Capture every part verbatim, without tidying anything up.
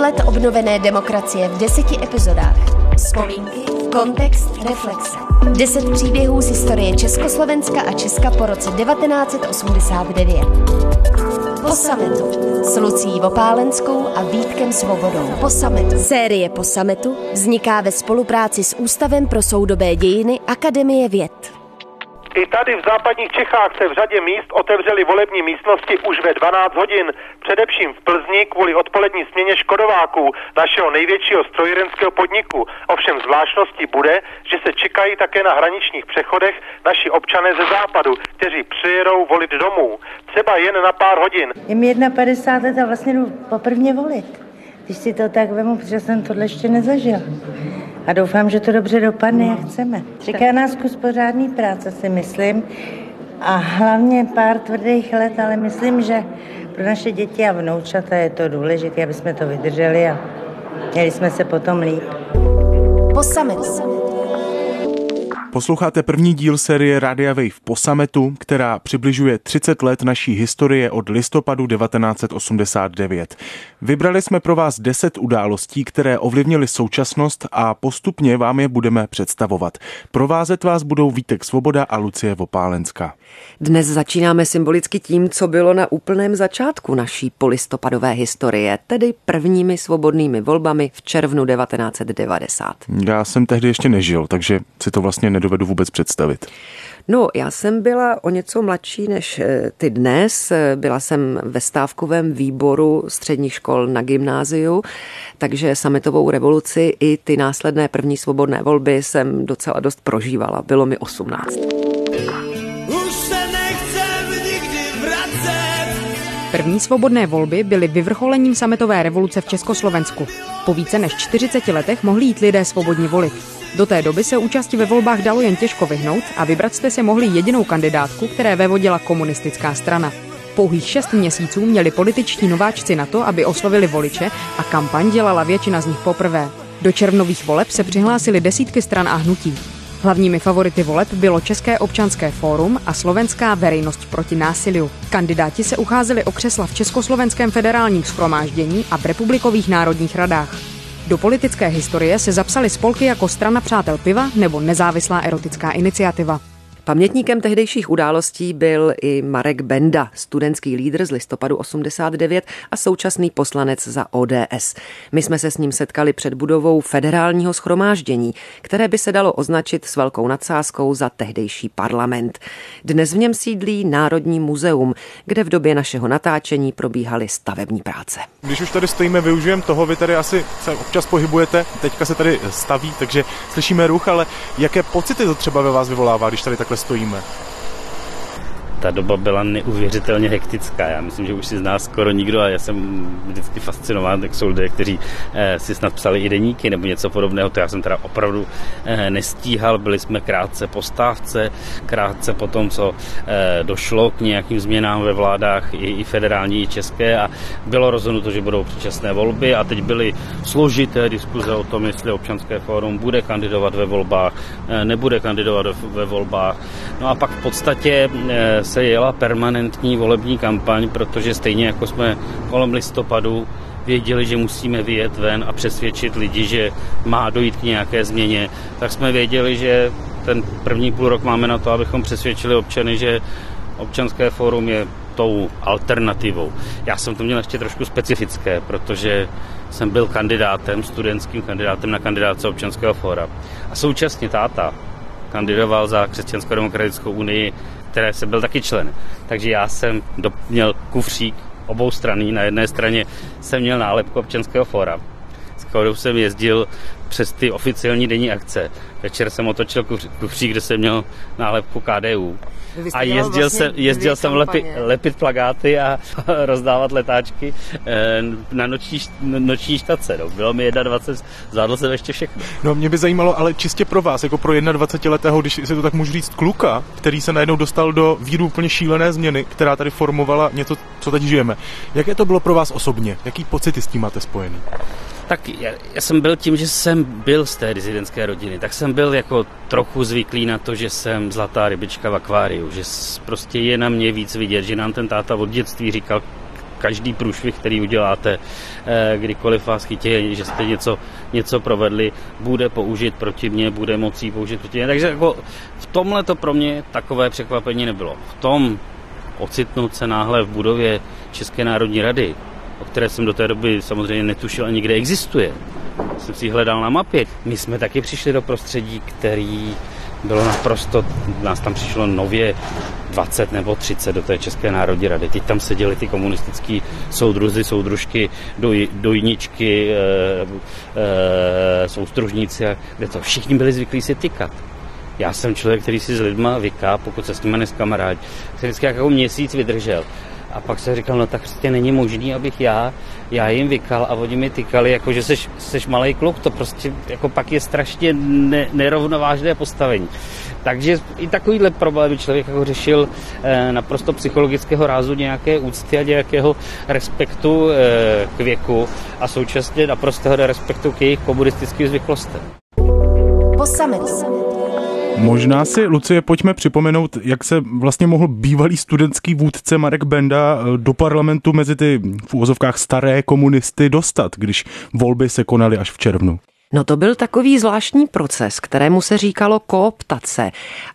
let obnovené demokracie v deseti epizodách. Vzpomínky, kontext, reflexe. Deset příběhů z historie Československa a Česka po roce devatenáct set osmdesát devět. Po sametu s Lucií Vopálenskou a Vítkem Svobodou. Po sametu. Série Po sametu vzniká ve spolupráci s Ústavem pro soudobé dějiny Akademie věd. I tady v západních Čechách se v řadě míst otevřely volební místnosti už ve dvanáct hodin. Především v Plzni kvůli odpolední směně Škodováků, našeho největšího strojírenského podniku. Ovšem zvláštností bude, že se čekají také na hraničních přechodech naši občané ze západu, kteří přijedou volit domů. Třeba jen na pár hodin. Je mi padesát jedna let a vlastně jdu poprvně volit. Když si to tak vemu, protože jsem tohle ještě nezažil. A doufám, že to dobře dopadne, jak chceme. Čeká nás kus pořádný práce, si myslím. A hlavně pár tvrdých let, ale myslím, že pro naše děti a vnoučata je to důležité, aby jsme to vydrželi a měli jsme se potom líp. Po sametu. Posloucháte první díl série Rádia Wave Po sametu, která přibližuje třicet let naší historie od listopadu devatenáct set osmdesát devět. Vybrali jsme pro vás deset událostí, které ovlivnily současnost a postupně vám je budeme představovat. Provázet vás budou Vítek Svoboda a Lucie Vopálenská. Dnes začínáme symbolicky tím, co bylo na úplném začátku naší polistopadové historie, tedy prvními svobodnými volbami v červnu devatenáct set devadesát. Já jsem tehdy ještě nežil, takže si to vlastně nedovedu vůbec představit. No, já jsem byla o něco mladší než ty dnes. Byla jsem ve stávkovém výboru středních škol na gymnáziu, takže sametovou revoluci i ty následné první svobodné volby jsem docela dost prožívala. Bylo mi osmnáct. První svobodné volby byly vyvrcholením sametové revoluce v Československu. Po více než čtyřiceti letech mohli jít lidé svobodně volit. Do té doby se účasti ve volbách dalo jen těžko vyhnout a vybrat jste se mohli jedinou kandidátku, které vévodila komunistická strana. Pouhých šest měsíců měli političtí nováčci na to, aby oslovili voliče a kampaň dělala většina z nich poprvé. Do červnových voleb se přihlásily desítky stran a hnutí. Hlavními favority voleb bylo České občanské fórum a Slovenská veřejnost proti násiliu. Kandidáti se ucházeli o křesla v Československém federálním shromáždění a v republikových národních radách. Do politické historie se zapsaly spolky jako Strana přátel piva nebo Nezávislá erotická iniciativa. Pamětníkem tehdejších událostí byl i Marek Benda, studentský lídr z listopadu osmdesát devět a současný poslanec za O D S. My jsme se s ním setkali před budovou federálního shromáždění, které by se dalo označit s velkou nadsázkou za tehdejší parlament. Dnes v něm sídlí Národní muzeum, kde v době našeho natáčení probíhaly stavební práce. Když už tady stojíme, využijeme toho, vy tady asi se občas pohybujete, teďka se tady staví, takže slyšíme ruch, ale jaké pocity to třeba ve vás vyvolává, když tady takhle stojíme? Ta doba byla neuvěřitelně hektická. Já myslím, že už si z nás skoro nikdo, a já jsem vždycky fascinován, jak jsou lidé, kteří eh, si snad psali i deníky nebo něco podobného. To já jsem teda opravdu eh, nestíhal. Byli jsme krátce po stávce, krátce po tom, co eh, došlo k nějakým změnám ve vládách i, i federální, i české, a bylo rozhodnuto, že budou předčasné volby, a teď byly složité diskuze o tom, jestli Občanské fórum bude kandidovat ve volbách, eh, nebude kandidovat ve volbách. No a pak v podstatě eh, se jela permanentní volební kampaň, protože stejně jako jsme kolem listopadu věděli, že musíme vyjet ven a přesvědčit lidi, že má dojít k nějaké změně, tak jsme věděli, že ten první půl rok máme na to, abychom přesvědčili občany, že Občanské fórum je tou alternativou. Já jsem to měl ještě trošku specifické, protože jsem byl kandidátem, studentským kandidátem na kandidáce Občanského fóra. A současně táta kandidoval za Křesťansko-demokratickou unii, které jsem byl taky člen. Takže já jsem do, měl kufřík oboustranný. Na jedné straně jsem měl nálepku Občanského fóra, s kterou jsem jezdil přes ty oficiální denní akce. Večer jsem otočil kufřík, kde jsem měl nálepku K D U. A jezdil vlastně jsem, jezdil jsem lepit, lepit plakáty a rozdávat letáčky na noční, noční štace. No. Bylo mi dvacet jedna, zvládl jsem ještě všechno. No, mě by zajímalo, ale čistě pro vás, jako pro dvacetiletého, když se to tak můžu říct, kluka, který se najednou dostal do víru úplně šílené změny, která tady formovala něco, co teď žijeme. Jaké to bylo pro vás osobně? Jaký pocity s tím máte spojený? Tak já, já jsem byl tím, že jsem byl z té disidentské rodiny, tak jsem byl jako trochu zvyklý na to, že jsem zlatá rybička v akváriu, že prostě je na mě víc vidět, že nám ten táta od dětství říkal, každý průšvih, který uděláte, kdykoliv vás chytí, že jste něco, něco provedli, bude použit proti mně, bude mocí použít proti mně. Takže jako v tomhle to pro mě takové překvapení nebylo. V tom ocitnout se náhle v budově České národní rady, o které jsem do té doby samozřejmě netušil ani kde existuje, jsem si ji hledal na mapě. My jsme taky přišli do prostředí, který bylo naprosto, nás tam přišlo nově dvacet nebo třicet do té České národní rady. Teď tam seděli ty komunistický soudruzi, soudružky, doj, dojničky, e, e, soustružníci, kde to všichni byli zvyklí si tykat. Já jsem člověk, který si s lidma vyká, pokud se s nimi neskamarádí. Jsem vždycky jako měsíc vydržel. A pak jsem říkal, no tak prostě není možný, abych já, já jim vykal a oni mi tykali, jako že seš, seš malej kluk, to prostě jako pak je strašně ne, nerovnovážné postavení. Takže i takovýhle problémy člověk jako řešil eh, naprosto psychologického rázu nějaké úcty a nějakého respektu eh, k věku a současně naprostého respektu k jejich komunistickým zvyklostem. Posamec. Možná si, Lucie, pojďme připomenout, jak se vlastně mohl bývalý studentský vůdce Marek Benda do parlamentu mezi ty v uvozovkách staré komunisty dostat, když volby se konaly až v červnu. No to byl takový zvláštní proces, kterému se říkalo kooptace.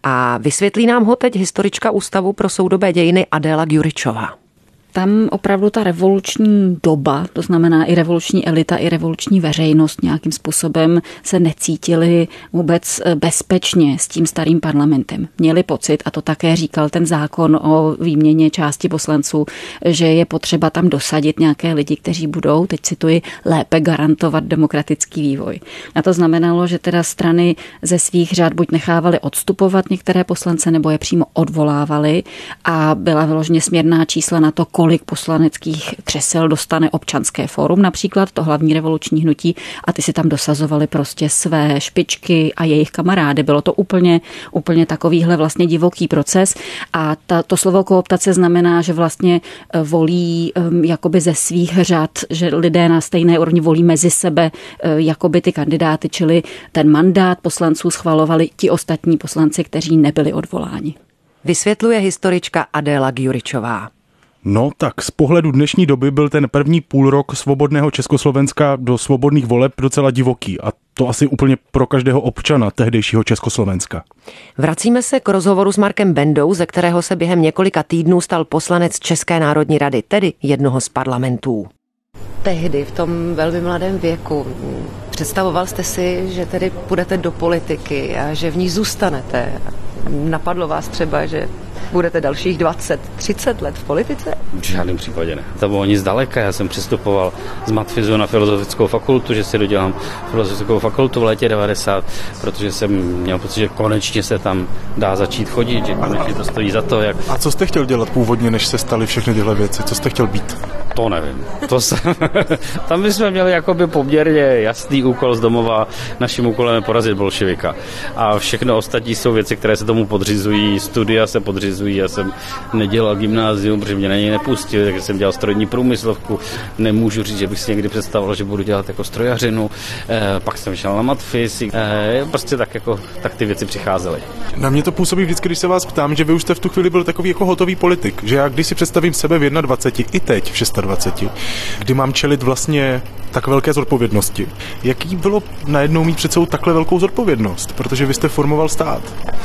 A vysvětlí nám ho teď historička Ústavu pro soudobé dějiny Adéla Gjuričová. Tam opravdu ta revoluční doba, to znamená i revoluční elita, i revoluční veřejnost nějakým způsobem se necítili vůbec bezpečně s tím starým parlamentem. Měli pocit, a to také říkal ten zákon o výměně části poslanců, že je potřeba tam dosadit nějaké lidi, kteří budou, teď cituji, lépe garantovat demokratický vývoj. A to znamenalo, že teda strany ze svých řad buď nechávaly odstupovat některé poslance, nebo je přímo odvolávali a byla vyloženě směrná čísla na to, kolik poslaneckých křesel dostane Občanské fórum, například to hlavní revoluční hnutí, a ty si tam dosazovali prostě své špičky a jejich kamarády. Bylo to úplně, úplně takovýhle vlastně divoký proces a ta, to slovo kooptace znamená, že vlastně volí um, jakoby ze svých řad, že lidé na stejné úrovni volí mezi sebe uh, jakoby ty kandidáty, čili ten mandát poslanců schvalovali ti ostatní poslanci, kteří nebyli odvoláni. Vysvětluje historička Adéla Gjuričová. No tak z pohledu dnešní doby byl ten první půlrok svobodného Československa do svobodných voleb docela divoký a to asi úplně pro každého občana tehdejšího Československa. Vracíme se k rozhovoru s Markem Bendou, ze kterého se během několika týdnů stal poslanec České národní rady, tedy jednoho z parlamentů. Tehdy, v tom velmi mladém věku, představoval jste si, že tedy půjdete do politiky a že v ní zůstanete? Napadlo vás třeba, že budete dalších dvacet třicet let v politice? V žádném případě ne. To bylo nic zdaleka. Já jsem přistupoval z matfizu na filozofickou fakultu, že si dodělám filozofickou fakultu v létě devadesát, protože jsem měl pocit, že konečně se tam dá začít chodit, že konečně to stojí za to. Jak... A co jste chtěl dělat původně, než se staly všechny tyhle věci? Co jste chtěl být? To nevím. To jsem... Tam bychom měli jakoby poměrně jasný úkol z domova. Naším úkolem je porazit bolševika. A všechno ostatní jsou věci, které se tomu podřizují. Studia se podřizují. Já jsem nedělal gymnázium, protože mě na něj nepustil, takže jsem dělal strojní průmyslovku. Nemůžu říct, že bych si někdy představoval, že budu dělat jako strojařinu. E, pak jsem šel na matfiz. E, prostě tak, jako, tak ty věci přicházely. Na mě to působí vždycky, když se vás ptám, že vy už jste v tu chvíli byl takový jako hotový politik. Že já když si představím sebe v dvaceti jedna, i teď v dvaceti šesti, kdy mám čelit vlastně tak velké zodpovědnosti. Jaký bylo najednou mít před sebou takhle velkou zodpovědnost? Protože vy jste formoval stát.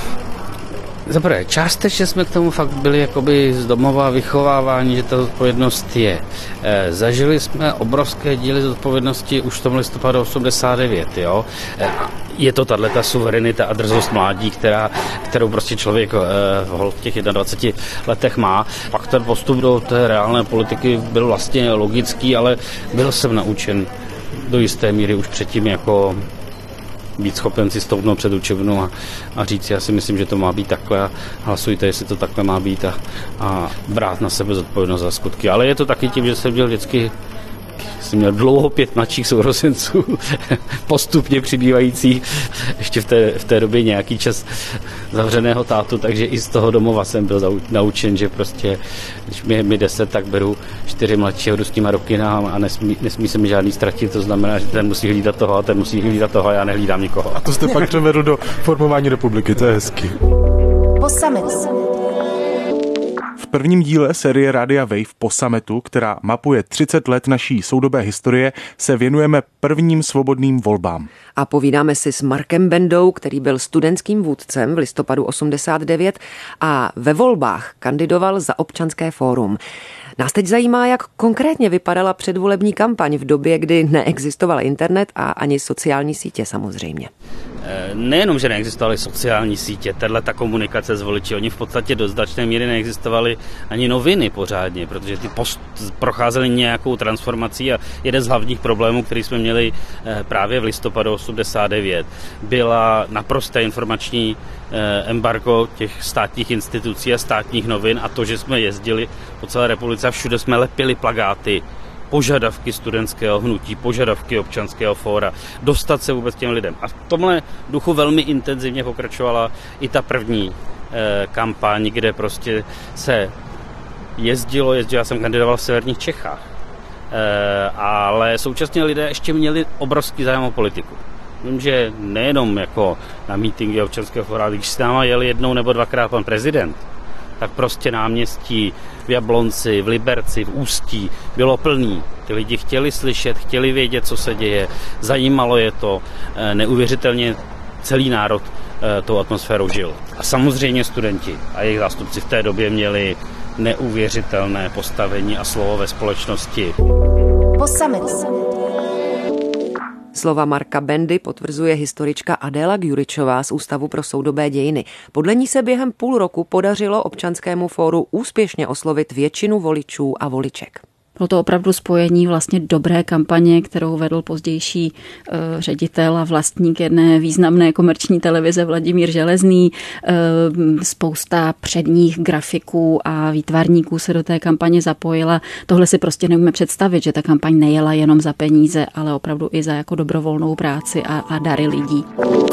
Zaprvé, částečně jsme k tomu fakt byli jakoby z domova vychovávání, že ta zodpovědnost je. E, zažili jsme obrovské díly zodpovědnosti už v tom listopadu osmdesát devět, jo. E, je to tato suverenita a drzost mládí, která, kterou prostě člověk e, v těch dvaceti jedna letech má. Pak ten postup do té reálné politiky byl vlastně logický, ale byl jsem naučen do jisté míry už předtím jako být schopen si stoupnout před učebnu a, a říct, já si myslím, že to má být takhle a hlasujte, jestli to takhle má být a, a brát na sebe zodpovědnost za skutky. Ale je to taky tím, že jsem měl vždycky jsem měl dlouho pět mladších sourozenců, postupně přibývající, ještě v té, v té době nějaký čas zavřeného tátu, takže i z toho domova jsem byl naučen, že prostě, když mi je mi deset, tak beru čtyři mladší a jdu s těma roky a nesmí, nesmí se mi žádný ztratit, to znamená, že ten musí hlídat toho a ten musí hlídat toho a já nehlídám nikoho. A to jste pak převedl do formování republiky, to je hezky. Posamec. V prvním díle série Rádia Wave po summitu, která mapuje třicet let naší soudobé historie, se věnujeme prvním svobodným volbám. A povídáme si s Markem Bendou, který byl studentským vůdcem v listopadu osmdesát devět a ve volbách kandidoval za Občanské fórum. Nás teď zajímá, jak konkrétně vypadala předvolební kampaň v době, kdy neexistoval internet a ani sociální sítě samozřejmě. Nejenom, že neexistovaly sociální sítě, tato komunikace s voliči, oni v podstatě do značné míry neexistovaly ani noviny pořádně, protože ty post procházely nějakou transformací a jeden z hlavních problémů, který jsme měli právě v listopadu osmdesát devět, byla naprosté informační embargo těch státních institucí a státních novin a to, že jsme jezdili po celé republice a všude jsme lepili plakáty, požadavky studentského hnutí, požadavky Občanského fóra, dostat se vůbec těm lidem. A v tomhle duchu velmi intenzivně pokračovala i ta první eh, kampaň, kde prostě se jezdilo, jezdilo, já jsem kandidoval v severních Čechách, eh, ale současně lidé ještě měli obrovský zájem o politiku. Vím, že nejenom jako na mítingy Občanského fóra, když s náma jel jednou nebo dvakrát pan prezident, tak prostě náměstí v Jablonci, v Liberci, v Ústí bylo plný. Ty lidi chtěli slyšet, chtěli vědět, co se děje, zajímalo je to, neuvěřitelně celý národ tou atmosférou žil. A samozřejmě studenti a jejich zástupci v té době měli neuvěřitelné postavení a slovo ve společnosti. Po summitu. Slova Marka Bendy potvrzuje historička Adéla Gjuričová z Ústavu pro soudobé dějiny. Podle ní se během půl roku podařilo Občanskému fóru úspěšně oslovit většinu voličů a voliček. Bylo to opravdu spojení vlastně dobré kampaně, kterou vedl pozdější uh, ředitel a vlastník jedné významné komerční televize Vladimír Železný. Uh, spousta předních grafiků a výtvarníků se do té kampaně zapojila. Tohle si prostě neumíme představit, že ta kampaň nejela jenom za peníze, ale opravdu i za jako dobrovolnou práci a, a dary lidí.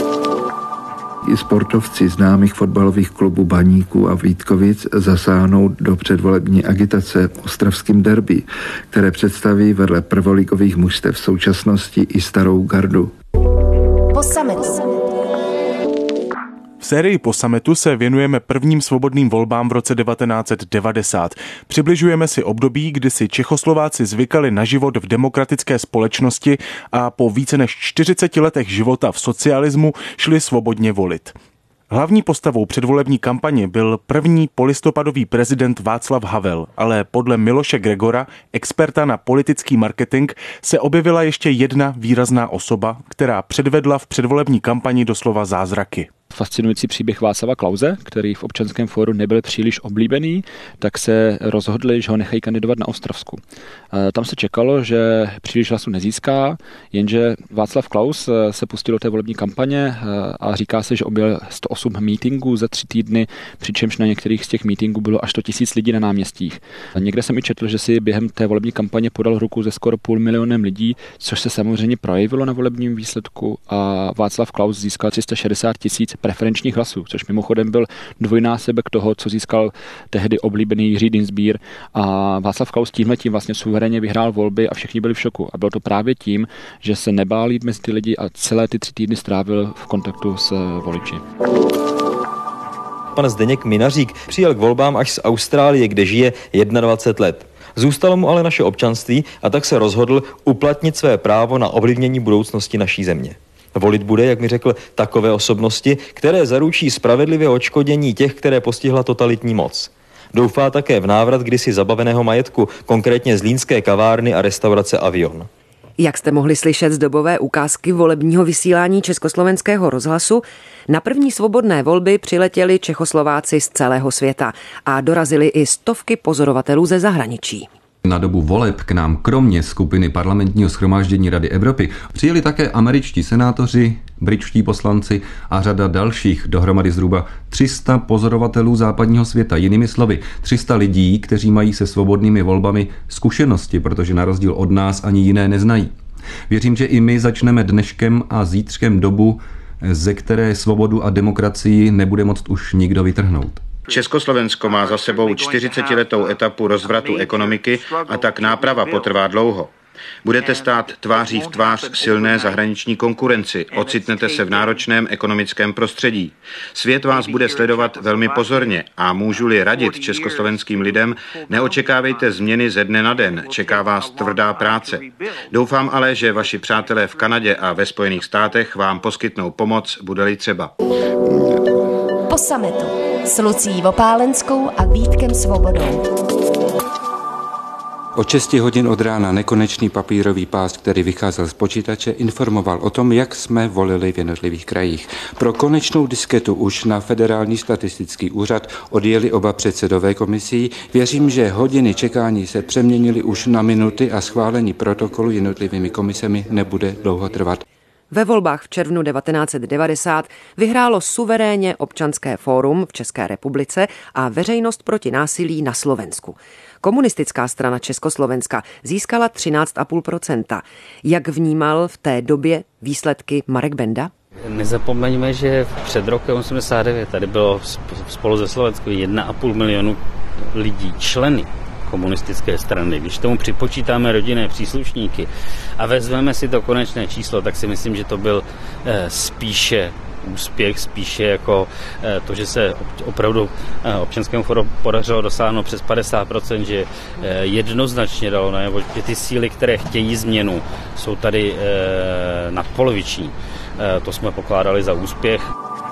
I sportovci známých fotbalových klubů Baníků a Vítkovic zasáhnou do předvolební agitace ostravským derby, které představí vedle prvoligových mužstev v současnosti i starou gardu. Po summitu. V sérii Po summitu se věnujeme prvním svobodným volbám v roce devatenáct set devadesát. Přibližujeme si období, kdy si Čechoslováci zvykali na život v demokratické společnosti a po více než čtyřiceti letech života v socialismu šli svobodně volit. Hlavní postavou předvolební kampaně byl první polistopadový prezident Václav Havel, ale podle Miloše Gregora, experta na politický marketing, se objevila ještě jedna výrazná osoba, která předvedla v předvolební kampani doslova zázraky. Fascinující příběh Václava Klause, který v Občanském fóru nebyl příliš oblíbený, tak se rozhodli, že ho nechají kandidovat na Ostravsku. Tam se čekalo, že příliš hlasu nezíská, jenže Václav Klaus se pustil do té volební kampaně a říká se, že objel sto osm mítinků za tři týdny, přičemž na některých z těch mítinků bylo až sto tisíc lidí na náměstích. Někde jsem i četl, že si během té volební kampaně podal ruku ze skoro půl milionem lidí, což se samozřejmě projevilo na volebním výsledku a Václav Klaus získal tři sta šedesát tisíc preferenčních hlasů, což mimochodem byl dvojnásobek toho, co získal tehdy oblíbený Jiří Dienstbier a Václav Klaus tímhletím vlastně suverénně vyhrál volby a všichni byli v šoku. A bylo to právě tím, že se nebál jít mezi ty lidi a celé ty tři týdny strávil v kontaktu s voliči. Pan Zdeněk Minařík přijel k volbám až z Austrálie, kde žije dvacet jedna let. Zůstalo mu ale naše občanství a tak se rozhodl uplatnit své právo na ovlivnění budoucnosti naší země. Volit bude, jak mi řekl, takové osobnosti, které zaručí spravedlivé odškodnění těch, které postihla totalitní moc. Doufá také v návrat kdysi zabaveného majetku, konkrétně zlínské kavárny a restaurace Avion. Jak jste mohli slyšet z dobové ukázky volebního vysílání Československého rozhlasu, na první svobodné volby přiletěli Čechoslováci z celého světa a dorazili i stovky pozorovatelů ze zahraničí. Na dobu voleb k nám kromě skupiny parlamentního shromáždění Rady Evropy přijeli také američtí senátoři, britští poslanci a řada dalších, dohromady zhruba tři sta pozorovatelů západního světa. Jinými slovy, tři sta lidí, kteří mají se svobodnými volbami zkušenosti, protože na rozdíl od nás ani jiné neznají. Věřím, že i my začneme dneškem a zítřkem dobu, ze které svobodu a demokracii nebude moct už nikdo vytrhnout. Československo má za sebou čtyřicetiletou etapu rozvratu ekonomiky a tak náprava potrvá dlouho. Budete stát tváří v tvář silné zahraniční konkurenci, ocitnete se v náročném ekonomickém prostředí. Svět vás bude sledovat velmi pozorně a můžu-li radit československým lidem, neočekávejte změny ze dne na den, čeká vás tvrdá práce. Doufám ale, že vaši přátelé v Kanadě a ve Spojených státech vám poskytnou pomoc, bude-li třeba. Po sametu s Lucí Vopálenskou a Vítkem Svobodou. Od šesti hodin od rána nekonečný papírový pás, který vycházel z počítače, informoval o tom, jak jsme volili v jednotlivých krajích. Pro konečnou disketu už na Federální statistický úřad odjeli oba předsedové komisí. Věřím, že hodiny čekání se přeměnily už na minuty a schválení protokolu jednotlivými komisemi nebude dlouho trvat. Ve volbách v červnu devatenáct set devadesát vyhrálo suverénně Občanské fórum v České republice a Veřejnost proti násilí na Slovensku. Komunistická strana Československa získala třináct celá pět procenta. Jak vnímal v té době výsledky Marek Benda? Nezapomeňme, že před rokem osmdesát devět tady bylo spolu ze Slovenskou jedna a půl milionu lidí, členy komunistické strany. Když tomu připočítáme rodinné příslušníky a vezmeme si to konečné číslo, tak si myslím, že to byl eh, spíše úspěch, spíše jako eh, to, že se opravdu eh, Občanskému fóru podařilo dosáhnout přes padesát procent, že eh, jednoznačně dalo najevo, že ty síly, které chtějí změnu, jsou tady eh, nadpoloviční. Eh, to jsme pokládali za úspěch.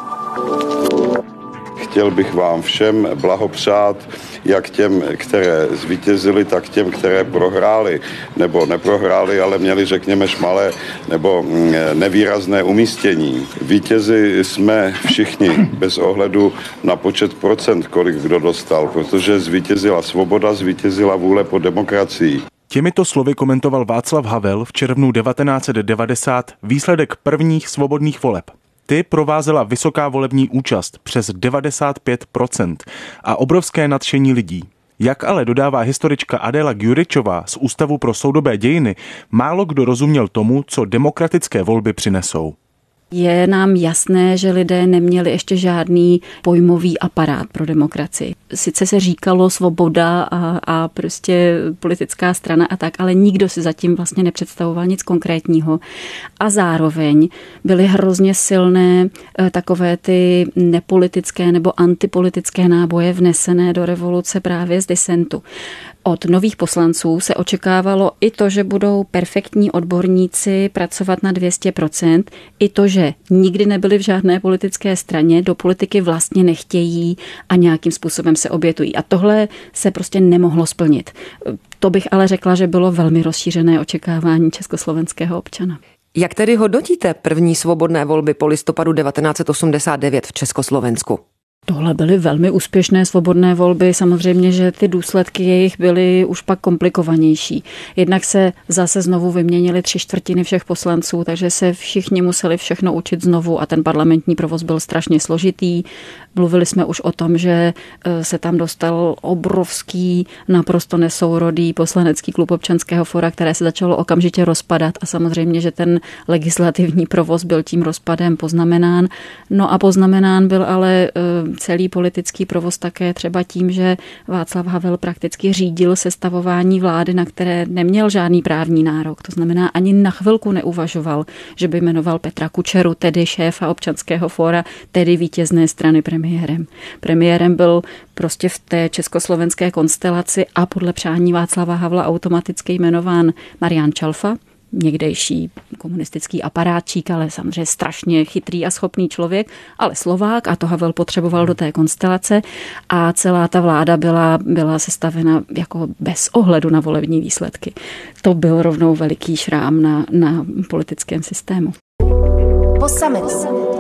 Chtěl bych vám všem blahopřát, jak těm, které zvítězili, tak těm, které prohráli, nebo neprohráli, ale měli, řekněme, šmalé nebo nevýrazné umístění. Vítězi jsme všichni, bez ohledu na počet procent, kolik kdo dostal, protože zvítězila svoboda, zvítězila vůle po demokracii. Těmito slovy komentoval Václav Havel v červnu devatenáct set devadesát výsledek prvních svobodných voleb. Ty provázela vysoká volební účast přes devadesát pět procent a obrovské nadšení lidí. Jak ale dodává historička Adéla Gjuričová z Ústavu pro soudobé dějiny, málo kdo rozuměl tomu, co demokratické volby přinesou. Je nám jasné, že lidé neměli ještě žádný pojmový aparát pro demokracii. Sice se říkalo svoboda a, a prostě politická strana a tak, ale nikdo si zatím vlastně nepředstavoval nic konkrétního. A zároveň byly hrozně silné takové ty nepolitické nebo antipolitické náboje vnesené do revoluce právě z disentu. Od nových poslanců se očekávalo i to, že budou perfektní odborníci pracovat na dvě stě procent, i to, že nikdy nebyli v žádné politické straně, do politiky vlastně nechtějí a nějakým způsobem se obětují. A tohle se prostě nemohlo splnit. To bych ale řekla, že bylo velmi rozšířené očekávání československého občana. Jak tedy hodnotíte první svobodné volby po listopadu devatenáct set osmdesát devět v Československu? Tohle byly velmi úspěšné svobodné volby, samozřejmě, že ty důsledky jejich byly už pak komplikovanější. Jednak se zase znovu vyměnily tři čtvrtiny všech poslanců, takže se všichni museli všechno učit znovu a ten parlamentní provoz byl strašně složitý. Mluvili jsme už o tom, že se tam dostal obrovský, naprosto nesourodý poslanecký klub Občanského fóra, které se začalo okamžitě rozpadat a samozřejmě, že ten legislativní provoz byl tím rozpadem poznamenán. No a poznamenán byl ale celý politický provoz také třeba tím, že Václav Havel prakticky řídil sestavování vlády, na které neměl žádný právní nárok. To znamená, ani na chvilku neuvažoval, že by jmenoval Petra Kučeru, tedy šéfa Občanského fóra, tedy vítězné strany premiérem. Premiérem byl prostě v té československé konstelaci a podle přání Václava Havla automaticky jmenován Marián Čalfa, někdejší komunistický aparátčík, ale samozřejmě strašně chytrý a schopný člověk, ale Slovák a to Havel potřeboval do té konstelace a celá ta vláda byla, byla sestavena jako bez ohledu na volební výsledky. To byl rovnou veliký šrám na, na politickém systému. Po sametu.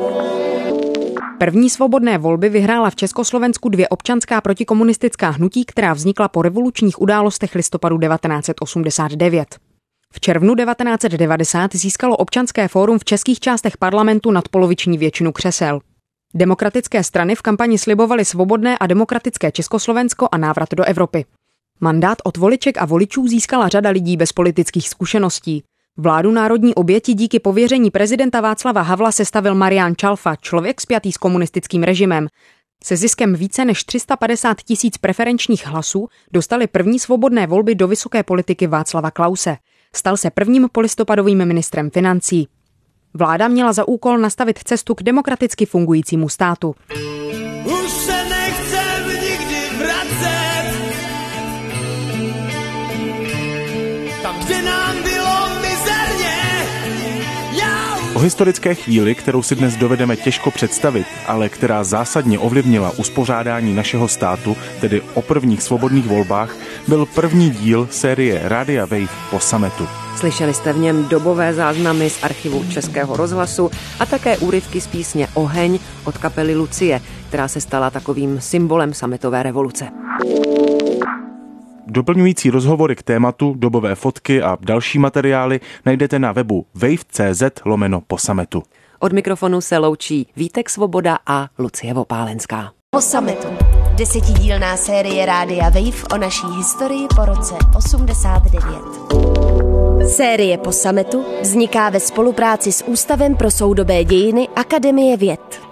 První svobodné volby vyhrála v Československu dvě občanská protikomunistická hnutí, která vznikla po revolučních událostech listopadu devatenáct set osmdesát devět. V červnu devatenáct set devadesát získalo Občanské fórum v českých částech parlamentu nadpoloviční většinu křesel. Demokratické strany v kampani slibovaly svobodné a demokratické Československo a návrat do Evropy. Mandát od voliček a voličů získala řada lidí bez politických zkušeností. Vládu národní oběti díky pověření prezidenta Václava Havla sestavil Marián Čalfa, člověk spjatý s komunistickým režimem. Se ziskem více než tři sta padesát tisíc preferenčních hlasů dostali první svobodné volby do vysoké politiky Václava Klause. Stal se prvním polistopadovým ministrem financí. Vláda měla za úkol nastavit cestu k demokraticky fungujícímu státu. Už se nechcem nikdy vracet tam, kde nám bylo mizerně. Já... O historické chvíli, kterou si dnes dovedeme těžko představit, ale která zásadně ovlivnila uspořádání našeho státu, tedy o prvních svobodných volbách, byl první díl série Rádia Wave po sametu. Slyšeli jste v něm dobové záznamy z archivu Českého rozhlasu a také úryvky z písně Oheň od kapely Lucie, která se stala takovým symbolem sametové revoluce. Doplňující rozhovory k tématu, dobové fotky a další materiály najdete na webu wave.cz lomeno po sametu. Od mikrofonu se loučí Vítek Svoboda a Lucie Vopálenská. Po sametu. Desetidílná série Rádia Wave o naší historii po roce osmdesát devět. Série Po sametu vzniká ve spolupráci s Ústavem pro soudobé dějiny Akademie věd.